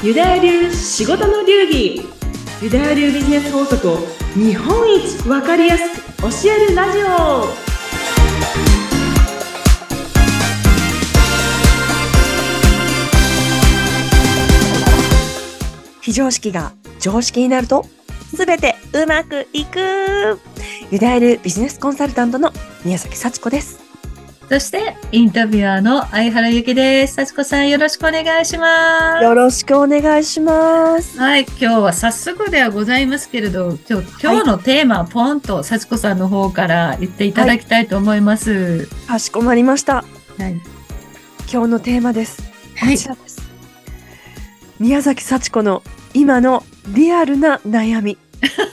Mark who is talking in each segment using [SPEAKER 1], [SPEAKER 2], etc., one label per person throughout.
[SPEAKER 1] ユダヤ流仕事の流儀、ユダヤ流ビジネス法則を日本一わかりやすく教えるラジオ。
[SPEAKER 2] 非常識が常識になるとすべてうまくいく。ユダヤ流ビジネスコンサルタントの宮崎幸子です。
[SPEAKER 3] そしてインタビュアーの相原由紀です。幸子さん、よろしくお願いします。
[SPEAKER 2] よろしくお願いします。
[SPEAKER 3] はい、今日は早速ではございますけれど、今日のテーマ、ポンと幸子さんの方から言っていただきたいと思います。
[SPEAKER 2] かしこまりました。
[SPEAKER 3] はい、
[SPEAKER 2] 今日のテーマです。こ
[SPEAKER 3] はい、
[SPEAKER 2] ちらです。宮崎幸子の今のリアルな悩み。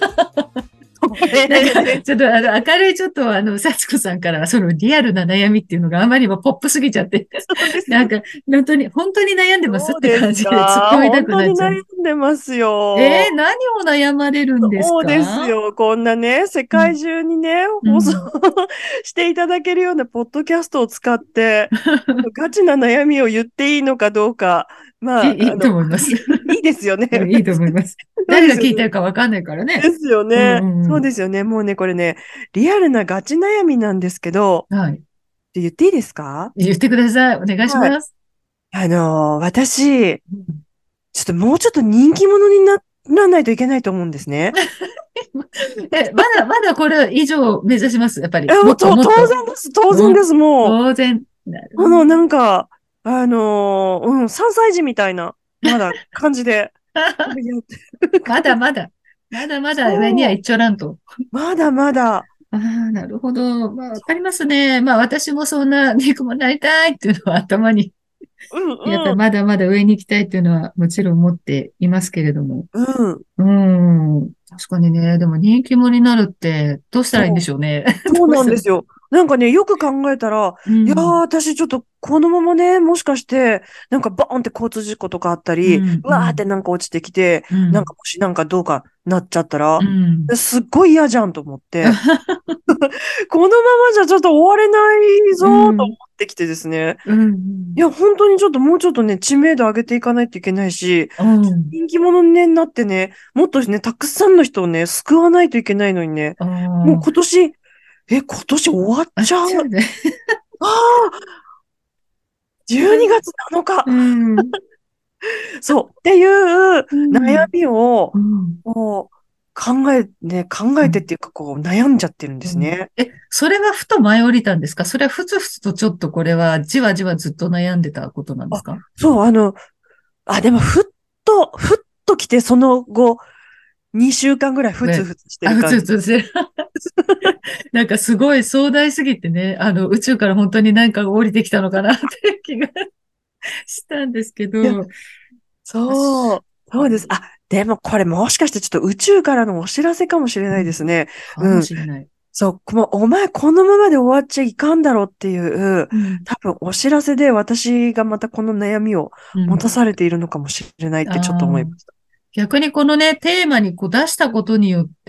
[SPEAKER 3] なんかちょっと明るいちょっと幸子さんからはそのリアルな悩みっていうのがあまりにもポップすぎちゃって、なんか本当に悩んでますって感じで突っ込みたくなっちゃう。
[SPEAKER 2] 本当に悩んでますよ。
[SPEAKER 3] 何を悩まれるんですか？
[SPEAKER 2] そうですよ。こんなね、世界中にね、放送していただけるようなポッドキャストを使って、ガチな悩みを言っていいのかどうか、まあ、
[SPEAKER 3] いいと思います。
[SPEAKER 2] いいですよね。
[SPEAKER 3] いいと思います。誰が聞いてるかわかんないからね。
[SPEAKER 2] ですよね。そう
[SPEAKER 3] す。
[SPEAKER 2] ですよね。もうね、これね、リアルなガチ悩みなんですけど、
[SPEAKER 3] はい。
[SPEAKER 2] って言っていいですか？
[SPEAKER 3] 言ってください。お願いし
[SPEAKER 2] はい。
[SPEAKER 3] ます。
[SPEAKER 2] 私、ちょっともうちょっと人気者にならないといけないと思うんですね。
[SPEAKER 3] まだこれ以上目指します。やっぱり。
[SPEAKER 2] もう
[SPEAKER 3] もっともっ
[SPEAKER 2] 当
[SPEAKER 3] と。
[SPEAKER 2] 然です。当然です。もう。
[SPEAKER 3] 当然。なる
[SPEAKER 2] なんか、3歳児みたいな、まだ感じで。やって
[SPEAKER 3] まだまだ。まだまだ上には
[SPEAKER 2] そう。
[SPEAKER 3] 一丁らんと。
[SPEAKER 2] まだまだ。
[SPEAKER 3] ああ、なるほど。まあ、わかりますね。まあ、私もそんな肉もなりたいっていうのは頭に、
[SPEAKER 2] うん
[SPEAKER 3] やっぱり
[SPEAKER 2] うん。
[SPEAKER 3] まだまだ上に行きたいっていうのはもちろん思っていますけれども。
[SPEAKER 2] うん。
[SPEAKER 3] 確かにね。でも人気者になるってどうしたらいいんで
[SPEAKER 2] そう。
[SPEAKER 3] しょうね。
[SPEAKER 2] そう
[SPEAKER 3] どうしたら。
[SPEAKER 2] なんですよ。なんかね、よく考えたら、いやー、
[SPEAKER 3] うん。
[SPEAKER 2] 私ちょっとこのままね、もしかして、なんかバーンって交通事故とかあったり、
[SPEAKER 3] うん。
[SPEAKER 2] うわーってなんか落ちてきて、
[SPEAKER 3] うん。
[SPEAKER 2] なんかもしなんかどうかなっちゃったら、
[SPEAKER 3] うん。
[SPEAKER 2] すっごい嫌じゃんと思って、このままじゃちょっと終われないぞ
[SPEAKER 3] う
[SPEAKER 2] ーと思
[SPEAKER 3] ん。
[SPEAKER 2] ってきてですね。
[SPEAKER 3] うん。
[SPEAKER 2] いや、本当にちょっともうちょっとね、知名度上げていかないといけないし、
[SPEAKER 3] うん。
[SPEAKER 2] 人気者に、ね、なってね、もっとね、たくさんの人をね、救わないといけないのにね、
[SPEAKER 3] あ
[SPEAKER 2] もう
[SPEAKER 3] あ。
[SPEAKER 2] 今年終わっ
[SPEAKER 3] あっ
[SPEAKER 2] ちゃう。
[SPEAKER 3] ちゃうね。
[SPEAKER 2] ああ、12月7日。
[SPEAKER 3] うん。
[SPEAKER 2] そう。っていう
[SPEAKER 3] う
[SPEAKER 2] 悩
[SPEAKER 3] ん。
[SPEAKER 2] みを、
[SPEAKER 3] うん。
[SPEAKER 2] こう、考えてっていうか、こう、悩んじゃってるんです
[SPEAKER 3] うん。
[SPEAKER 2] ね。
[SPEAKER 3] それがふと舞い降りたんですか？それはふつふつとちょっとこれはじわじわずっと悩んでたことなんです
[SPEAKER 2] あ、
[SPEAKER 3] か？
[SPEAKER 2] そう、でも、ふっと来て、その後、2週間ぐらいふつ
[SPEAKER 3] ね。
[SPEAKER 2] ふつして
[SPEAKER 3] あ、ふつ
[SPEAKER 2] る感じ。
[SPEAKER 3] ふつしてる。なんかすごい壮大すぎてね、宇宙から本当に何かが降りてきたのかなって気がしたんですけ
[SPEAKER 2] いや、
[SPEAKER 3] ど、
[SPEAKER 2] そう、
[SPEAKER 3] 確
[SPEAKER 2] そうです。
[SPEAKER 3] かに、
[SPEAKER 2] あ、でもこれもしかしてちょっと宇宙からのお知らせかもしれないで
[SPEAKER 3] うん、
[SPEAKER 2] すね。
[SPEAKER 3] かも
[SPEAKER 2] うん。
[SPEAKER 3] しれない。
[SPEAKER 2] そう、もうお前このままで終わっちゃいかんだろうっていう、
[SPEAKER 3] うん、
[SPEAKER 2] 多分お知らせで私がまたこの悩みを
[SPEAKER 3] うん。
[SPEAKER 2] 持たされているのかもしれないってちょっと思い
[SPEAKER 3] ああ、
[SPEAKER 2] ました。
[SPEAKER 3] 逆にこのね、テーマにこう出したことによって、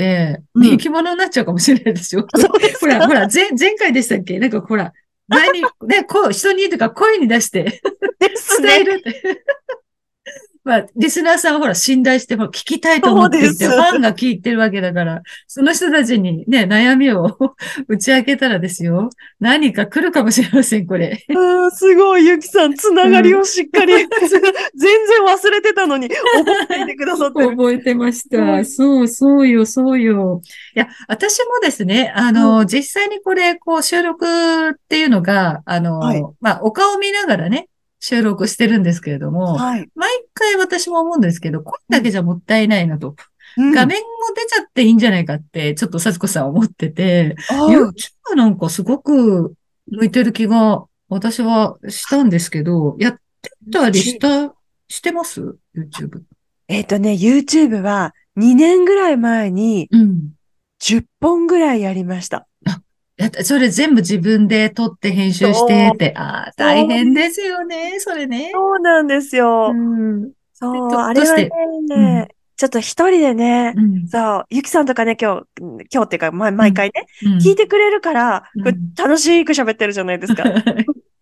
[SPEAKER 2] うん。
[SPEAKER 3] 人気者になっちゃうかもしれないですよ。
[SPEAKER 2] そうですか？
[SPEAKER 3] 前回でしたっけ？なんかほら、前に、ね、人にとか声に出して
[SPEAKER 2] ですね。
[SPEAKER 3] 伝えるって。まあ、リスナーさんはほら、信頼して、ほら聞きたいと思
[SPEAKER 2] そうです。
[SPEAKER 3] っていて、ファンが聞いてるわけだから、その人たちにね、悩みを打ち明けたらですよ。何か来るかもしれません、これ。
[SPEAKER 2] すごい、ゆきさん、つながり
[SPEAKER 3] うん。
[SPEAKER 2] をしっかり全然忘れてたのに、覚えていてくださってる。
[SPEAKER 3] 覚えてまし
[SPEAKER 2] すごい。
[SPEAKER 3] た。そうよ、そうよ。いや、私もですね、
[SPEAKER 2] うん。
[SPEAKER 3] 実際にこれ、こう、収録っていうのが、
[SPEAKER 2] はい。
[SPEAKER 3] まあ、お顔見ながらね、収録してるんですけれども、
[SPEAKER 2] はい。
[SPEAKER 3] 毎回私も思うんですけど、声
[SPEAKER 2] うん。
[SPEAKER 3] だけじゃもったいないなと。
[SPEAKER 2] うん。
[SPEAKER 3] 画面も出ちゃっていいんじゃないかって、ちょっと幸子さん思ってて、
[SPEAKER 2] あ
[SPEAKER 3] YouTube なんかすごく向いてる気が私はしたんですけど、やってたり
[SPEAKER 2] YouTube。
[SPEAKER 3] してます ?YouTube。
[SPEAKER 2] YouTube は2年ぐらい前に
[SPEAKER 3] うん。
[SPEAKER 2] 10本ぐらいやりました。
[SPEAKER 3] あ、それ全部自分で撮って編集して
[SPEAKER 2] そう、
[SPEAKER 3] って、ああ、大
[SPEAKER 2] そう
[SPEAKER 3] 変です
[SPEAKER 2] です。
[SPEAKER 3] よね、それね。
[SPEAKER 2] そうなんです
[SPEAKER 3] う
[SPEAKER 2] よ。
[SPEAKER 3] ん。で、
[SPEAKER 2] そう、あれは
[SPEAKER 3] どうして、うん、
[SPEAKER 2] ね、ちょっと一人でね、
[SPEAKER 3] うん、
[SPEAKER 2] そう、ゆきさんとかね、今日っていうか、
[SPEAKER 3] うん、
[SPEAKER 2] 毎回ね、
[SPEAKER 3] うん、
[SPEAKER 2] 聞いてくれるから、これ
[SPEAKER 3] うん。
[SPEAKER 2] 楽しく喋ってるじゃないですか。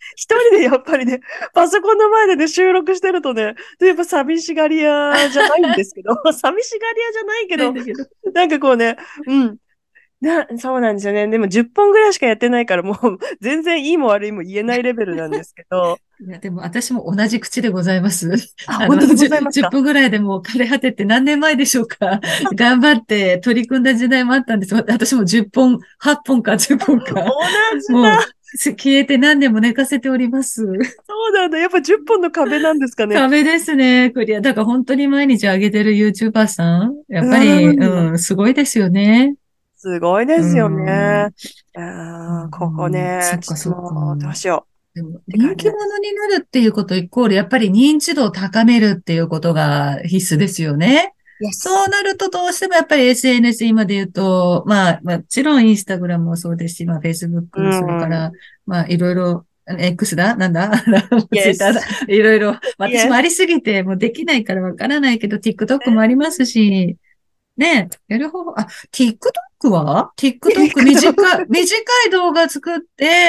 [SPEAKER 2] 一人でやっぱりね、パソコンの前でね、収録してるとね、やっぱ寂しがり屋じゃないんですけど、寂しがり屋じゃないけど、
[SPEAKER 3] ないんだけど。
[SPEAKER 2] なんかこうね、うん。そうなんですよね。でも10本ぐらいしかやってないから、もう全然いいも悪いも言えないレベルなんですけど。
[SPEAKER 3] いや、でも私も同じ口でございます。
[SPEAKER 2] あ、本当でございます
[SPEAKER 3] 10
[SPEAKER 2] か。
[SPEAKER 3] 分ぐらいでもう枯れ果てって何年前でしょうか。頑張って取り組んだ時代もあったんです。私も10本、8本か10本か。
[SPEAKER 2] 同じ
[SPEAKER 3] もう
[SPEAKER 2] だ。
[SPEAKER 3] 消えて何年も寝かせております。
[SPEAKER 2] そうなんだ。やっぱ10本の壁なんですかね。
[SPEAKER 3] 壁ですね、クリア。だから本当に毎日上げてる YouTuber さん。やっぱり、
[SPEAKER 2] うん。
[SPEAKER 3] すごいですよね。
[SPEAKER 2] すごい
[SPEAKER 3] う
[SPEAKER 2] ですよね。
[SPEAKER 3] ん。
[SPEAKER 2] ここね、
[SPEAKER 3] そっか
[SPEAKER 2] ちょっと
[SPEAKER 3] そっか。
[SPEAKER 2] もう、どうしよう
[SPEAKER 3] でも
[SPEAKER 2] って感
[SPEAKER 3] 人気
[SPEAKER 2] じなんです。
[SPEAKER 3] 者になるっていうことイコール、やっぱり認知度を高めるっていうことが必須ですよね。
[SPEAKER 2] イエス。
[SPEAKER 3] そうなるとどうしてもやっぱり SNS 今で言うと、まあ、もちろんインスタグラムもそうですし、まあ
[SPEAKER 2] う
[SPEAKER 3] Facebook、それか
[SPEAKER 2] ん。
[SPEAKER 3] ら、まあいろいろ、X だなんだツイッターだ
[SPEAKER 2] イエス。
[SPEAKER 3] いろいろ、私
[SPEAKER 2] イエス。
[SPEAKER 3] もありすぎてもうできないからわからないけど、TikTok もありますし、ねえ、やる方法、TikTok は ?TikTok 短い動画作って、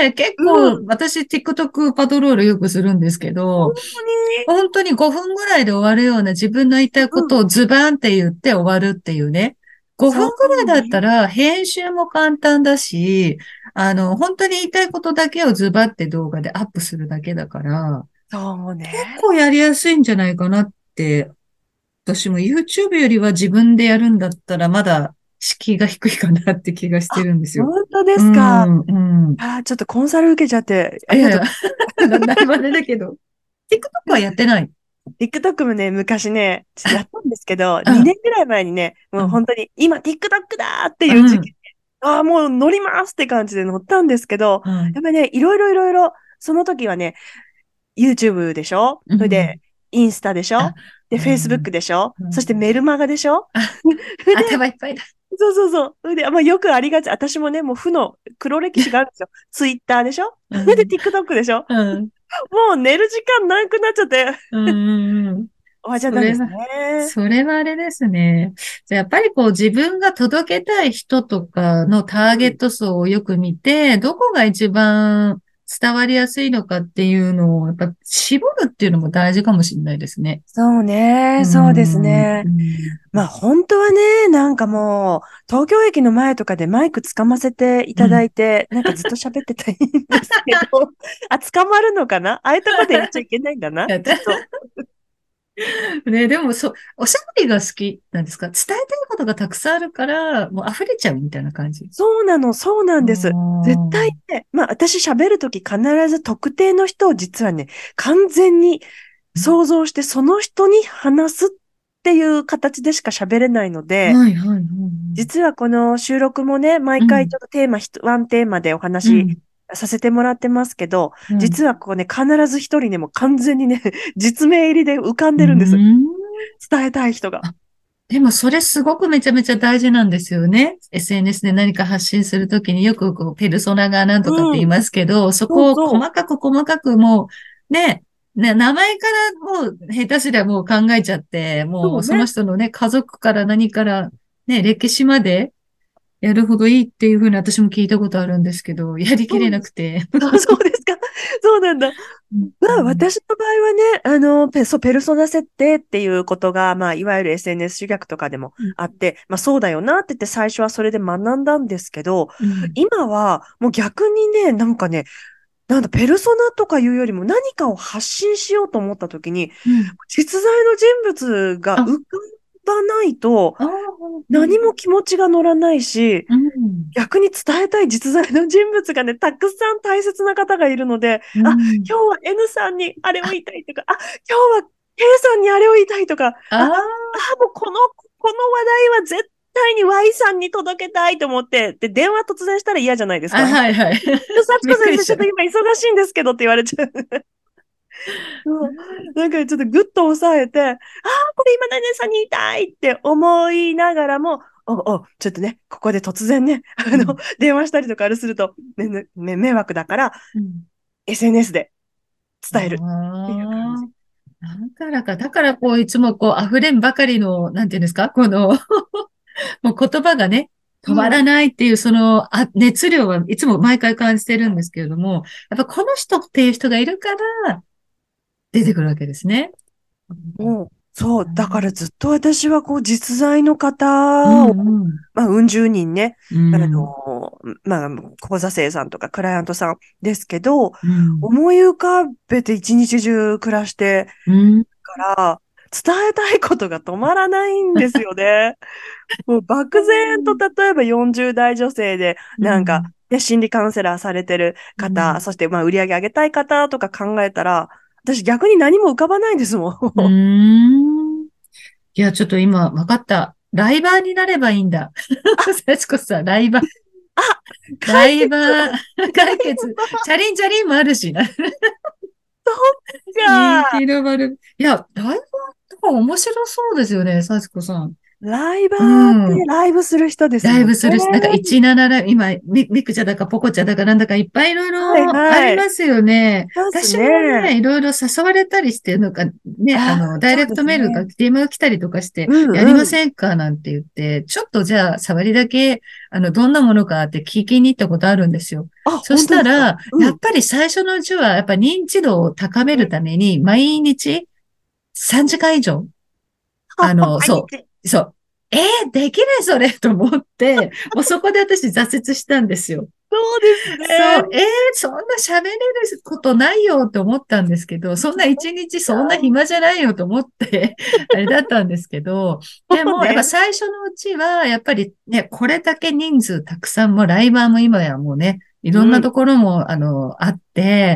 [SPEAKER 3] 結
[SPEAKER 2] うん。
[SPEAKER 3] 構私 TikTok パトロールよくするんですけ
[SPEAKER 2] 本
[SPEAKER 3] ど、
[SPEAKER 2] 当に。
[SPEAKER 3] 本当に5分ぐらいで終わるような自分の言いたいこ
[SPEAKER 2] うん。
[SPEAKER 3] とをズバンって言って終わるっていうね。5分
[SPEAKER 2] そう
[SPEAKER 3] ぐらいだった
[SPEAKER 2] ね。
[SPEAKER 3] ら編集も簡単だし、本当に言いたいことだけをズバって動画でアップするだけだから、
[SPEAKER 2] そう
[SPEAKER 3] 結
[SPEAKER 2] ね。
[SPEAKER 3] 構やりやすいんじゃないかなって私も YouTube よりは自分でやるんだったらまだ敷居が低いかなって気がして
[SPEAKER 2] あ、
[SPEAKER 3] るんですよ。
[SPEAKER 2] 本当で
[SPEAKER 3] う
[SPEAKER 2] すか。
[SPEAKER 3] ん、うん。
[SPEAKER 2] ちょっとコンサル受けちゃって、ありがとう。
[SPEAKER 3] いやいや、ないまねだけど。TikTok はやってない。
[SPEAKER 2] TikTok もね、昔ね、ちょっとやったんですけど、
[SPEAKER 3] うん、
[SPEAKER 2] 2年ぐらい前にね、も
[SPEAKER 3] うん、
[SPEAKER 2] う本当に、今 TikTok だーって
[SPEAKER 3] う
[SPEAKER 2] いう時期、
[SPEAKER 3] ん、
[SPEAKER 2] もう乗りますって感じで乗ったんですけど、
[SPEAKER 3] うん、
[SPEAKER 2] やっぱりね、いろいろ、その時はね、YouTube でしょ
[SPEAKER 3] うん。
[SPEAKER 2] それで、インスタでし
[SPEAKER 3] あ、
[SPEAKER 2] ょで、
[SPEAKER 3] うん、
[SPEAKER 2] Facebook でしょ
[SPEAKER 3] うん。
[SPEAKER 2] そしてメルマガでしょ
[SPEAKER 3] あ、
[SPEAKER 2] それで、
[SPEAKER 3] 頭いっぱいだ。
[SPEAKER 2] そうそうそう。それで、よくありがち。私もね、もう負の黒歴史があるんですよ。Twitter でしょそれで
[SPEAKER 3] うん、
[SPEAKER 2] TikTok でしょ
[SPEAKER 3] うん、
[SPEAKER 2] もう寝る時間なくなっちゃって、
[SPEAKER 3] うん、うん。
[SPEAKER 2] 終わっちゃったんです
[SPEAKER 3] それは、
[SPEAKER 2] ね。
[SPEAKER 3] それはあれですね。じゃあやっぱりこう自分が届けたい人とかのターゲット層をよく見て、どこが一番伝わりやすいのかっていうのをやっぱ絞るっていうのも大事かもしれないですね。
[SPEAKER 2] そう
[SPEAKER 3] う
[SPEAKER 2] ね、そうです
[SPEAKER 3] ん、う
[SPEAKER 2] ね。
[SPEAKER 3] ん。
[SPEAKER 2] 本当はね、なんかもう、東京駅の前とかでマイクつかませていただ
[SPEAKER 3] うん。
[SPEAKER 2] いて、なんかずっと喋ってたいんですけど、捕まるのかなああいうとこでやっちゃいけないんだな、きっと。
[SPEAKER 3] ね、でもおしゃべりが好きなんですか？伝えたいことがたくさんあるから、もう溢れちゃうみたいな感じ。
[SPEAKER 2] そうなの、そうな
[SPEAKER 3] う
[SPEAKER 2] んです。絶対
[SPEAKER 3] ん。
[SPEAKER 2] ね、私喋るとき必ず特定の人を実はね、完全に想像してその人に話すっていう形でしか喋れないので、
[SPEAKER 3] はい、はい、はい。
[SPEAKER 2] 実はこの収録もね、毎回ち
[SPEAKER 3] うん、
[SPEAKER 2] ょっとテーマ、ワンテーマでお話
[SPEAKER 3] うん、
[SPEAKER 2] させてもらってますけど、
[SPEAKER 3] うん。
[SPEAKER 2] 実はここね、必ず一人ね、もう完全にね、実名入りで浮かん
[SPEAKER 3] う
[SPEAKER 2] でるんです。
[SPEAKER 3] ん。
[SPEAKER 2] 伝えたい人が。
[SPEAKER 3] あ、でもそれすごくめちゃめちゃ大事なんですよね。SNS で何か発信するときによくこう、ペルソナがなんとかって言い
[SPEAKER 2] うん。
[SPEAKER 3] ますけど、そこを
[SPEAKER 2] そうそう。
[SPEAKER 3] 細かくもう、名前からもう下手すりゃもう考えちゃって、もうその
[SPEAKER 2] そうね。
[SPEAKER 3] 人のね、家族から何から、ね、歴史までやるほどいいっていうふうに私も聞いたことあるんですけど、やりきれ
[SPEAKER 2] そうです。
[SPEAKER 3] なくて。
[SPEAKER 2] そうですか。そうなんだ。
[SPEAKER 3] うん
[SPEAKER 2] 私の場合はね、ペルソナ設定っていうことが、いわゆる SNS 集客とかでも
[SPEAKER 3] うん
[SPEAKER 2] あって、そうだよなって言って最初はそれで学んだんですけど、
[SPEAKER 3] うん
[SPEAKER 2] 今はもう逆にね、なんかね、なんだ、ペルソナとかいうよりも何かを発信しようと思った時に、
[SPEAKER 3] うん
[SPEAKER 2] 実在の人物が
[SPEAKER 3] あ、
[SPEAKER 2] 浮かばないと、
[SPEAKER 3] あー、
[SPEAKER 2] 何も気持ちが乗らないし、
[SPEAKER 3] うん、
[SPEAKER 2] 逆に伝えたい実在の人物がね、たくさん大切な方がいるので、
[SPEAKER 3] うん。
[SPEAKER 2] 今日は N さんにあれを
[SPEAKER 3] あ、
[SPEAKER 2] 言いたいとか、今日は K さんにあれを言いたいとか、
[SPEAKER 3] あー
[SPEAKER 2] もうこの話題は絶対に Y さんに届けたいと思って、で、電話突然したら嫌じゃないですか。
[SPEAKER 3] はいはい。
[SPEAKER 2] 幸
[SPEAKER 3] びっ
[SPEAKER 2] 子先生、ちょっと
[SPEAKER 3] くりした。
[SPEAKER 2] 今忙しいんですけどって言われちゃう。そうなんかちょっとぐっと抑えて、これ今何々さんに言いたいって思いながらも、ちょっとね、ここで突然ね、
[SPEAKER 3] うん。
[SPEAKER 2] 電話したりとかあれすると、迷惑だから、
[SPEAKER 3] うん。
[SPEAKER 2] SNS で伝えるっていう感じ。
[SPEAKER 3] ああ。だからいつも溢れんばかりの、なんていうんですかもう言葉がね、 止まらないっていう、その、熱量はいつも毎回感じてるんですけれども、やっぱこの人っていう人がいるから、出てくるわけですね。
[SPEAKER 2] もう、そう、だからずっと私はこう実在の
[SPEAKER 3] う
[SPEAKER 2] 方を、
[SPEAKER 3] ん、うん、
[SPEAKER 2] まあ、うん十人ね、
[SPEAKER 3] うん、
[SPEAKER 2] まあ、講座生さんとかクライアントさんですけど、
[SPEAKER 3] うん、
[SPEAKER 2] 思い浮かべて一日中暮らして
[SPEAKER 3] うん、
[SPEAKER 2] から、伝えたいことが止まらないんですよね。もう漠然と例えば40代女性で、なんか、
[SPEAKER 3] うん、
[SPEAKER 2] ね、心理カウンセラーされてる方、
[SPEAKER 3] うん、
[SPEAKER 2] そしてまあ売り上げ上げたい方とか考えたら、私逆に何も浮かばないんですもん。
[SPEAKER 3] うん。いや、ちょっと今、わかった。ライバーになればいいんだ。幸子さん、ライバー。
[SPEAKER 2] あ、
[SPEAKER 3] ラ
[SPEAKER 2] 解決
[SPEAKER 3] イバー、解決。チャリンチャリンもあるしな。人
[SPEAKER 2] が、
[SPEAKER 3] 気の丸。いや、ライバーとか面白そうですよね、幸子さん。
[SPEAKER 2] ライバ
[SPEAKER 3] う
[SPEAKER 2] ーって
[SPEAKER 3] ん。
[SPEAKER 2] ライブする人です
[SPEAKER 3] ライ
[SPEAKER 2] もんね。
[SPEAKER 3] ブするし、なんか17ライブ、今、ミクチャだかポコチャだかなんだかいっぱいいろい
[SPEAKER 2] はい
[SPEAKER 3] ろあり
[SPEAKER 2] はい。
[SPEAKER 3] ますよね。
[SPEAKER 2] ます
[SPEAKER 3] 私も
[SPEAKER 2] ね。
[SPEAKER 3] ね、いろいろ誘われたりして、なんかね、
[SPEAKER 2] あ、
[SPEAKER 3] ダイ
[SPEAKER 2] そう
[SPEAKER 3] レクトメールが、
[SPEAKER 2] ですね。
[SPEAKER 3] DM が来たりとかして、
[SPEAKER 2] うん
[SPEAKER 3] やりま
[SPEAKER 2] うん。
[SPEAKER 3] せんかなんて言って、ちょっとじゃあ、触りだけ、どんなものかって聞きに行ったことあるんですよ。
[SPEAKER 2] あ、
[SPEAKER 3] そし
[SPEAKER 2] 本当ですか？
[SPEAKER 3] たら、
[SPEAKER 2] うん。
[SPEAKER 3] やっぱり最初のうちは、やっぱ認知度を高めるために、毎日3時間以上、
[SPEAKER 2] 毎日。
[SPEAKER 3] そう。できないそれと思って、もうそこで私挫折したんですよ。
[SPEAKER 2] そうですね。
[SPEAKER 3] そう、そんな喋れることないよと思ったんですけど、そんな一日そんな暇じゃないよと思って、あれだったんですけど、でもやっぱ
[SPEAKER 2] そうね。
[SPEAKER 3] 最初のうちは、やっぱりね、これだけ人数たくさんもライバーも今やもうね、いろん
[SPEAKER 2] うん。
[SPEAKER 3] なところも、あって、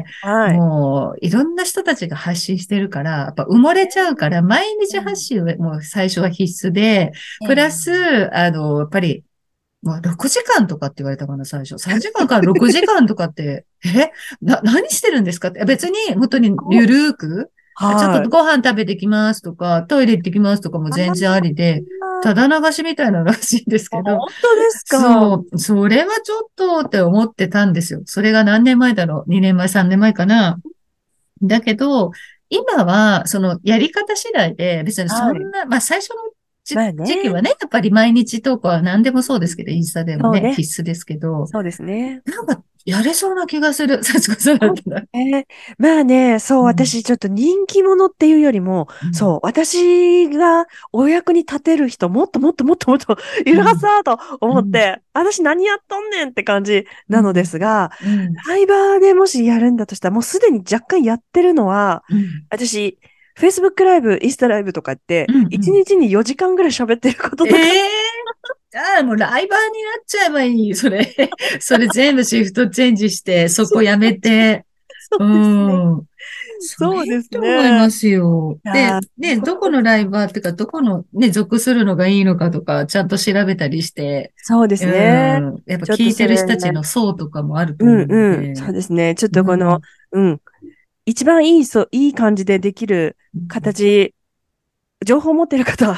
[SPEAKER 2] はい。
[SPEAKER 3] もう、いろんな人たちが発信してるから、やっぱ埋もれちゃうから、毎日発
[SPEAKER 2] うん。
[SPEAKER 3] 信はもう最初は必須で、プラス、やっぱり、まあ、6時間とかって言われたかな、最初。3時間から6時間とかって、何してるんですかって。別に、本当にゆるーく、ちょっと
[SPEAKER 2] はい。
[SPEAKER 3] ご飯食べてきますとか、トイレ行ってきますとかも
[SPEAKER 2] あ
[SPEAKER 3] 全然ありで、
[SPEAKER 2] あ、
[SPEAKER 3] ただ流しみたいならしいんですけど、
[SPEAKER 2] 本当ですか？
[SPEAKER 3] そう、それはちょっとって思ってたんですよ。それが何年前だろう？ 2 年前、3年前かな。だけど、今は、そのやり方次第で、別にそ
[SPEAKER 2] はい。
[SPEAKER 3] んな、まあ最初の
[SPEAKER 2] まあね。
[SPEAKER 3] 時期はね、やっぱり毎日投稿は何でもそうですけど、インスタでもね、
[SPEAKER 2] そうね。
[SPEAKER 3] 必須ですけど、
[SPEAKER 2] そうですね。
[SPEAKER 3] なんか、やれそうな気がする。幸子さんだったら。
[SPEAKER 2] まあね、そう、
[SPEAKER 3] うん、
[SPEAKER 2] 私ちょっと人気者っていうよりも、
[SPEAKER 3] うん、
[SPEAKER 2] そう、私がお役に立てる人、もっともっともっともっとい
[SPEAKER 3] うん、
[SPEAKER 2] るはずだと
[SPEAKER 3] うん、
[SPEAKER 2] 思って、私何やっとんねんって感じなので
[SPEAKER 3] うん、
[SPEAKER 2] すが、
[SPEAKER 3] うん、
[SPEAKER 2] ライバーでもしやるんだとしたら、もうすでに若干やってるのは、
[SPEAKER 3] うん、
[SPEAKER 2] 私、Facebook ライブ、インスタライブとかって、
[SPEAKER 3] うん、う
[SPEAKER 2] 1
[SPEAKER 3] ん。
[SPEAKER 2] 日に4時間ぐらい喋ってること
[SPEAKER 3] え
[SPEAKER 2] とか、
[SPEAKER 3] えじゃあもうライバーになっちゃえばいい。それ、それ全部シフトチェンジして、そこやめて。
[SPEAKER 2] そう
[SPEAKER 3] う
[SPEAKER 2] ですね。
[SPEAKER 3] ん。それいい
[SPEAKER 2] そうです
[SPEAKER 3] と思いま
[SPEAKER 2] ね。
[SPEAKER 3] すよ。で、
[SPEAKER 2] ああ、
[SPEAKER 3] ね、
[SPEAKER 2] そ
[SPEAKER 3] どこの
[SPEAKER 2] うですか。
[SPEAKER 3] ライバーっていうか、どこのね、属するのがいいのかとか、ちゃんと調べたりして、
[SPEAKER 2] そうで
[SPEAKER 3] う
[SPEAKER 2] すね。
[SPEAKER 3] ん。やっぱ
[SPEAKER 2] ちょっとそれ、
[SPEAKER 3] 聞いてる人たちの層とかもあると
[SPEAKER 2] うん
[SPEAKER 3] 思うの
[SPEAKER 2] うん。
[SPEAKER 3] で、
[SPEAKER 2] そうですね。ちょっとこの、
[SPEAKER 3] うん。
[SPEAKER 2] うん。一番いい、いい感じでできる形、情報を持ってる方。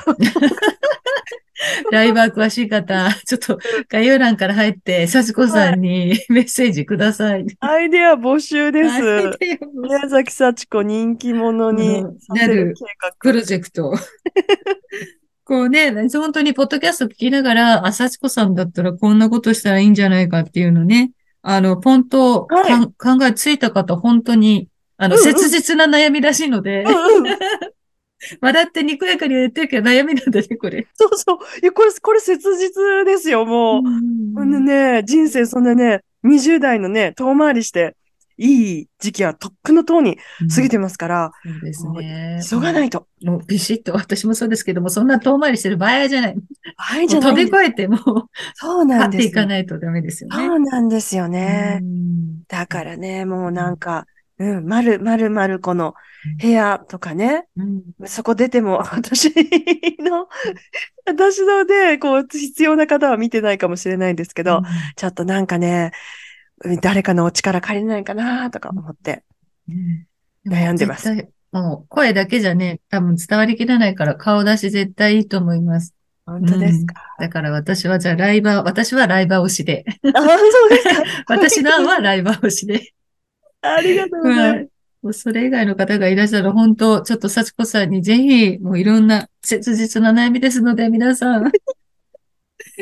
[SPEAKER 3] ライバー詳しい方、ちょっと概要欄から入って、幸子さん
[SPEAKER 2] はい。
[SPEAKER 3] にメッセージください。
[SPEAKER 2] アイデア募集で
[SPEAKER 3] はい。
[SPEAKER 2] す。
[SPEAKER 3] で、
[SPEAKER 2] 宮崎幸子人気者にさせる
[SPEAKER 3] なる
[SPEAKER 2] 計画。
[SPEAKER 3] プロジェクト。こうね、本当にポッドキャスト聞きながら、幸子さんだったらこんなことしたらいいんじゃないかっていうのね、ポンと
[SPEAKER 2] はい。
[SPEAKER 3] 考えついた方、本当に、切
[SPEAKER 2] うんうん。
[SPEAKER 3] 実な悩みらしいので、
[SPEAKER 2] うんうん。
[SPEAKER 3] 笑ってにこやかに言ってるけど悩みなんだね、これ。
[SPEAKER 2] そうそう。いや、これ切実ですよ、
[SPEAKER 3] う
[SPEAKER 2] もう。ほんで
[SPEAKER 3] ん
[SPEAKER 2] ね、人生そんなね、20代のね、遠回りして、いい時期はとっくのとうに
[SPEAKER 3] うん。
[SPEAKER 2] 過ぎてますから、
[SPEAKER 3] そうです
[SPEAKER 2] もう、
[SPEAKER 3] ね。
[SPEAKER 2] 急がないと。
[SPEAKER 3] もうビシッと、私もそうですけども、そんな遠回りしてる場合じゃない。
[SPEAKER 2] はい
[SPEAKER 3] もう飛び
[SPEAKER 2] じゃないんです。
[SPEAKER 3] 越えて、もう、
[SPEAKER 2] そうな
[SPEAKER 3] 勝ってい
[SPEAKER 2] んですよ。
[SPEAKER 3] かないとダメですよね。
[SPEAKER 2] そうなんですよ
[SPEAKER 3] う
[SPEAKER 2] ね。
[SPEAKER 3] ん。
[SPEAKER 2] だからね、もう
[SPEAKER 3] うん。
[SPEAKER 2] なんか、うん、まるこの部屋とかね、
[SPEAKER 3] うん。
[SPEAKER 2] そこ出てもの、私ので、こう、必要な方は見てないかもしれないんですけど、
[SPEAKER 3] うん。
[SPEAKER 2] ちょっとなんかね、誰かのお力借りれないかなとか思って
[SPEAKER 3] うん。でも
[SPEAKER 2] 悩んでます。
[SPEAKER 3] 絶対、もう声だけじゃね、多分伝わりきらないから顔出し絶対いいと思います。
[SPEAKER 2] 本
[SPEAKER 3] うん。
[SPEAKER 2] 当ですか？
[SPEAKER 3] だから私はじゃあ私はライバー推しで。
[SPEAKER 2] ああ、そうですか。
[SPEAKER 3] 私の案はライバー推しで。
[SPEAKER 2] ありがとうござい
[SPEAKER 3] はい。
[SPEAKER 2] ます。
[SPEAKER 3] もうそれ以外の方がいらっしゃる本当、ちょっと幸子さんにぜひ、もういろんな切実な悩みですので、皆さん、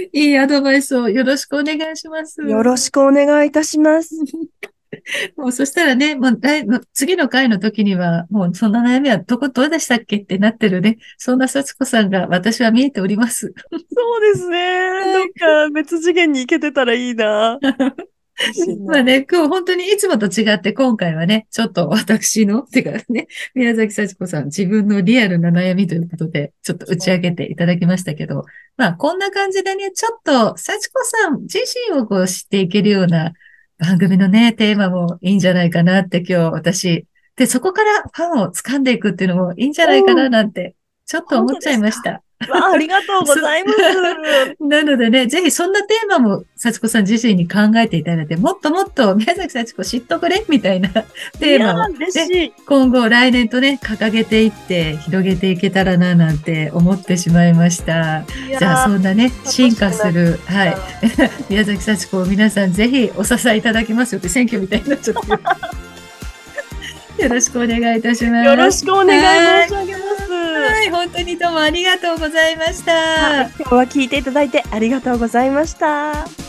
[SPEAKER 3] いいアドバイスをよろしくお願いします。
[SPEAKER 2] よろしくお願いいたします。
[SPEAKER 3] もうそしたらね、もう次の回の時には、もうそんな悩みはどうでしたっけってなってるね。そんな幸子さんが私は見えております。
[SPEAKER 2] そうですね。どっか別次元に行けてたらいいな。
[SPEAKER 3] まあね、今日本当にいつもと違って今回はね、ちょっと私の、てかね、宮崎幸子さん自分のリアルな悩みということで、ちょっと打ち上げていただきましたけど、まあこんな感じでね、ちょっと幸子さん自身をこう知っていけるような番組のね、テーマもいいんじゃないかなって今日私、で、そこからファンを掴んでいくっていうのもいいんじゃないかななんて、ちょっと思っちゃいました。
[SPEAKER 2] わあ、ありがとうございます。
[SPEAKER 3] なのでね、ぜひそんなテーマも幸子さん自身に考えていただいて、もっともっと宮崎幸子知っとくれみたいなテーマを、
[SPEAKER 2] 嬉しい。
[SPEAKER 3] 今後来年とね、掲げていって広げていけたらななんて思ってしまいました。じゃあそんなね、進化する、はい、宮崎幸子を皆さんぜひお支えいただきますよって選挙みたいになっちゃってる。よろしくお願いいたします。
[SPEAKER 2] よろしくお願い申し上げます。
[SPEAKER 3] はい、本当にどうもありがとうございました。
[SPEAKER 2] 今日は聞いていただいてありがとうございました。